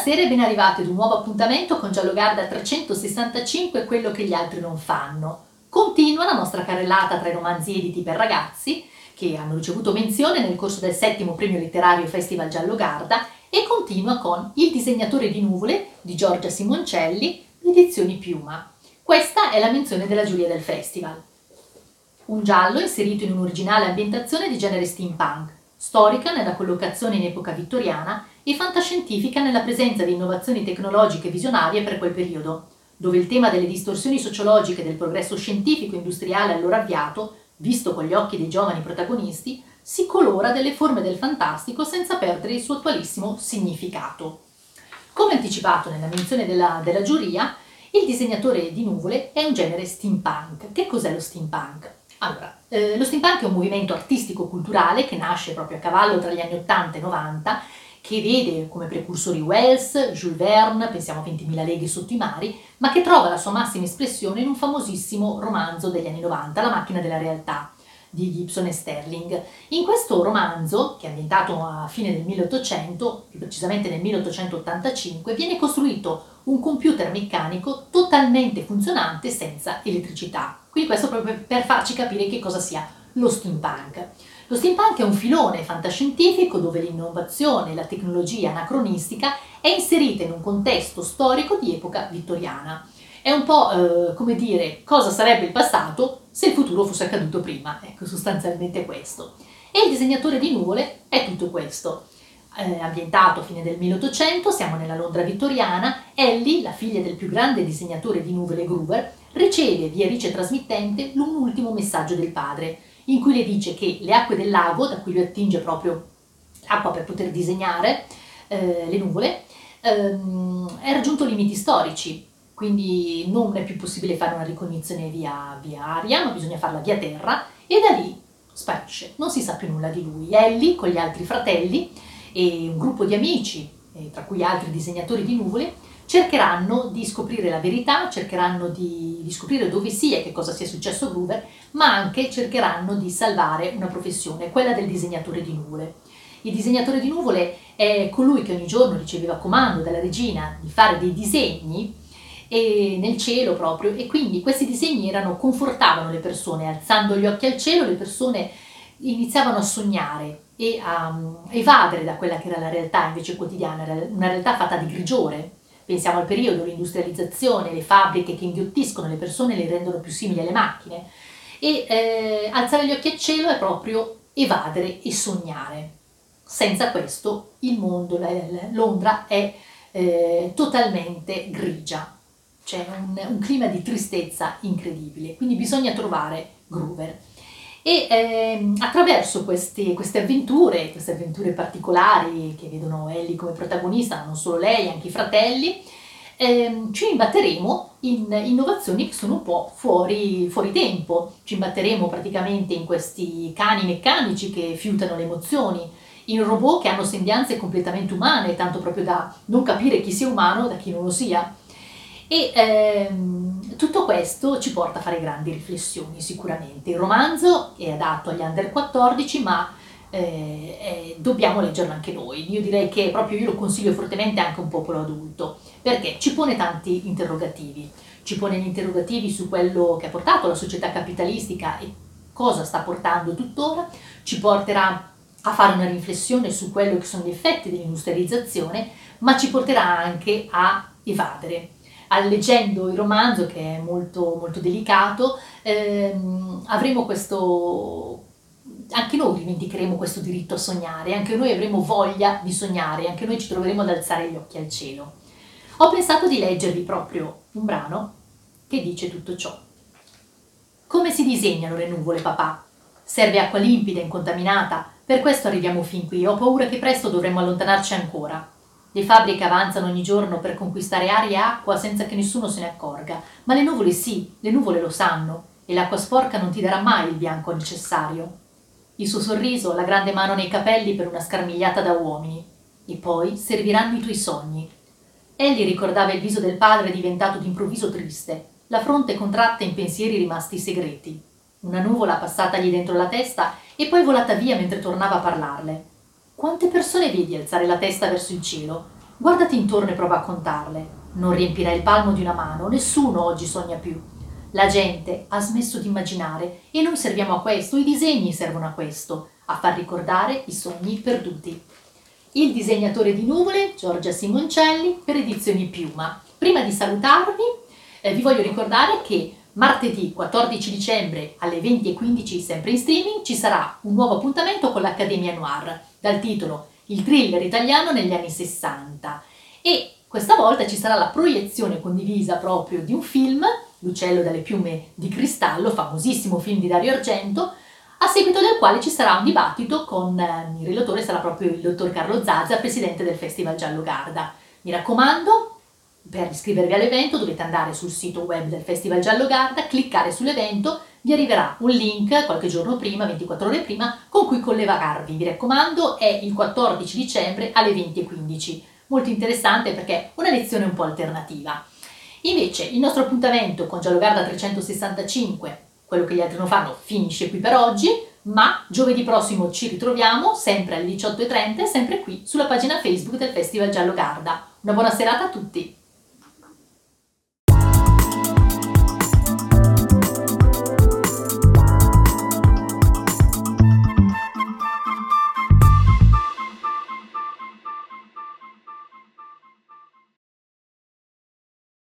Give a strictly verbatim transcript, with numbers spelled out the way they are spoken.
Buonasera e ben arrivati ad un nuovo appuntamento con Giallogarda trecentosessantacinque, quello che gli altri non fanno. Continua la nostra carrellata tra i romanzi editi per ragazzi, che hanno ricevuto menzione nel corso del settimo premio letterario Festival Giallogarda, e continua con Il disegnatore di nuvole di Giorgia Simoncelli, edizioni Piuma. Questa è la menzione della giuria del festival. Un giallo inserito in un'originale ambientazione di genere steampunk, storica nella collocazione in epoca vittoriana e fantascientifica nella presenza di innovazioni tecnologiche visionarie per quel periodo, dove il tema delle distorsioni sociologiche del progresso scientifico e industriale allora avviato, visto con gli occhi dei giovani protagonisti, si colora delle forme del fantastico senza perdere il suo attualissimo significato. Come anticipato nella menzione della, della giuria, il disegnatore di nuvole è un genere steampunk. Che cos'è lo steampunk? Allora, eh, lo steampunk è un movimento artistico-culturale che nasce proprio a cavallo tra gli anni ottanta e novanta, che vede come precursori Wells, Jules Verne, pensiamo a ventimila leghe sotto i mari, ma che trova la sua massima espressione in un famosissimo romanzo degli anni novanta, La macchina della realtà, di Gibson e Sterling. In questo romanzo, che è ambientato a fine del milleottocento, più precisamente nel milleottocentottantacinque, viene costruito un computer meccanico totalmente funzionante senza elettricità. Quindi questo proprio per farci capire che cosa sia lo steampunk. Lo steampunk è un filone fantascientifico dove l'innovazione e la tecnologia anacronistica è inserita in un contesto storico di epoca vittoriana. È un po' eh, come dire cosa sarebbe il passato se il futuro fosse accaduto prima, ecco, sostanzialmente questo. E il disegnatore di nuvole è tutto questo. Eh, ambientato a fine del milleottocento, siamo nella Londra vittoriana, Ellie, la figlia del più grande disegnatore di nuvole Groover, riceve via rice trasmittente un ultimo messaggio del padre, in cui le dice che le acque del lago, da cui lui attinge proprio l'acqua per poter disegnare eh, le nuvole, ehm, è raggiunto limiti storici, quindi non è più possibile fare una ricognizione via, via aria, ma bisogna farla via terra, e da lì sparisce, non si sa più nulla di lui. Ellie, con gli altri fratelli e un gruppo di amici, eh, tra cui altri disegnatori di nuvole, cercheranno di scoprire la verità, cercheranno di, di scoprire dove sia e che cosa sia successo a Groover, ma anche cercheranno di salvare una professione, quella del disegnatore di nuvole. Il disegnatore di nuvole è colui che ogni giorno riceveva comando dalla regina di fare dei disegni e nel cielo proprio, e quindi questi disegni erano, confortavano le persone. Alzando gli occhi al cielo le persone iniziavano a sognare e a um, evadere da quella che era la realtà invece quotidiana, una realtà fatta di grigiore. Pensiamo al periodo, l'industrializzazione, le fabbriche che inghiottiscono le persone e le rendono più simili alle macchine. E eh, alzare gli occhi al cielo è proprio evadere e sognare. Senza questo il mondo, Londra è eh, totalmente grigia. C'è un, un clima di tristezza incredibile, quindi bisogna trovare Groover. E eh, attraverso queste, queste avventure, queste avventure particolari che vedono Ellie come protagonista, ma non solo lei, anche i fratelli, eh, ci imbatteremo in innovazioni che sono un po' fuori, fuori tempo. Ci imbatteremo praticamente in questi cani meccanici che fiutano le emozioni, in robot che hanno sembianze completamente umane, tanto proprio da non capire chi sia umano da chi non lo sia. E ehm, tutto questo ci porta a fare grandi riflessioni sicuramente. Il romanzo è adatto agli under quattordici, ma eh, eh, dobbiamo leggerlo anche noi. Io direi che proprio io lo consiglio fortemente anche a un popolo adulto, perché ci pone tanti interrogativi. Ci pone gli interrogativi su quello che ha portato la società capitalistica e cosa sta portando tuttora, ci porterà a fare una riflessione su quello che sono gli effetti dell'industrializzazione, ma ci porterà anche a evadere. Leggendo il romanzo, che è molto, molto delicato, ehm, avremo questo, anche noi rivendicheremo questo diritto a sognare, anche noi avremo voglia di sognare, anche noi ci troveremo ad alzare gli occhi al cielo. Ho pensato di leggervi proprio un brano che dice tutto ciò. Come si disegnano le nuvole, papà? Serve acqua limpida, incontaminata, per questo arriviamo fin qui, ho paura che presto dovremmo allontanarci ancora. Le fabbriche avanzano ogni giorno per conquistare aria e acqua senza che nessuno se ne accorga, ma le nuvole sì, le nuvole lo sanno, e l'acqua sporca non ti darà mai il bianco necessario. Il suo sorriso, la grande mano nei capelli per una scarmigliata da uomini, e poi serviranno i tuoi sogni. Egli ricordava il viso del padre diventato d'improvviso triste, la fronte contratta in pensieri rimasti segreti. Una nuvola passatagli dentro la testa e poi volata via mentre tornava a parlarle. Quante persone vedi alzare la testa verso il cielo? Guardati intorno e prova a contarle. Non riempirai il palmo di una mano, nessuno oggi sogna più. La gente ha smesso di immaginare e noi serviamo a questo, i disegni servono a questo, a far ricordare i sogni perduti. Il disegnatore di nuvole, Giorgia Simoncelli, per Edizioni Piuma. Prima di salutarvi, eh, vi voglio ricordare che martedì quattordici dicembre alle venti e quindici, sempre in streaming, ci sarà un nuovo appuntamento con l'Accademia Noir, dal titolo Il thriller italiano negli anni sessanta. E questa volta ci sarà la proiezione condivisa proprio di un film, L'uccello dalle piume di cristallo, famosissimo film di Dario Argento, a seguito del quale ci sarà un dibattito con eh, il relatore, sarà proprio il dottor Carlo Zazza, presidente del Festival Giallo Garda. Mi raccomando, per iscrivervi all'evento dovete andare sul sito web del Festival Giallo Garda, cliccare sull'evento, vi arriverà un link qualche giorno prima, ventiquattro ore prima, con cui collegarvi. Mi raccomando, è il quattordici dicembre alle venti e quindici. Molto interessante perché è una lezione un po' alternativa. Invece il nostro appuntamento con Giallo Garda trecentosessantacinque, quello che gli altri non fanno, finisce qui per oggi, ma giovedì prossimo ci ritroviamo sempre alle diciotto e trenta, sempre qui sulla pagina Facebook del Festival Giallo Garda. Una buona serata a tutti!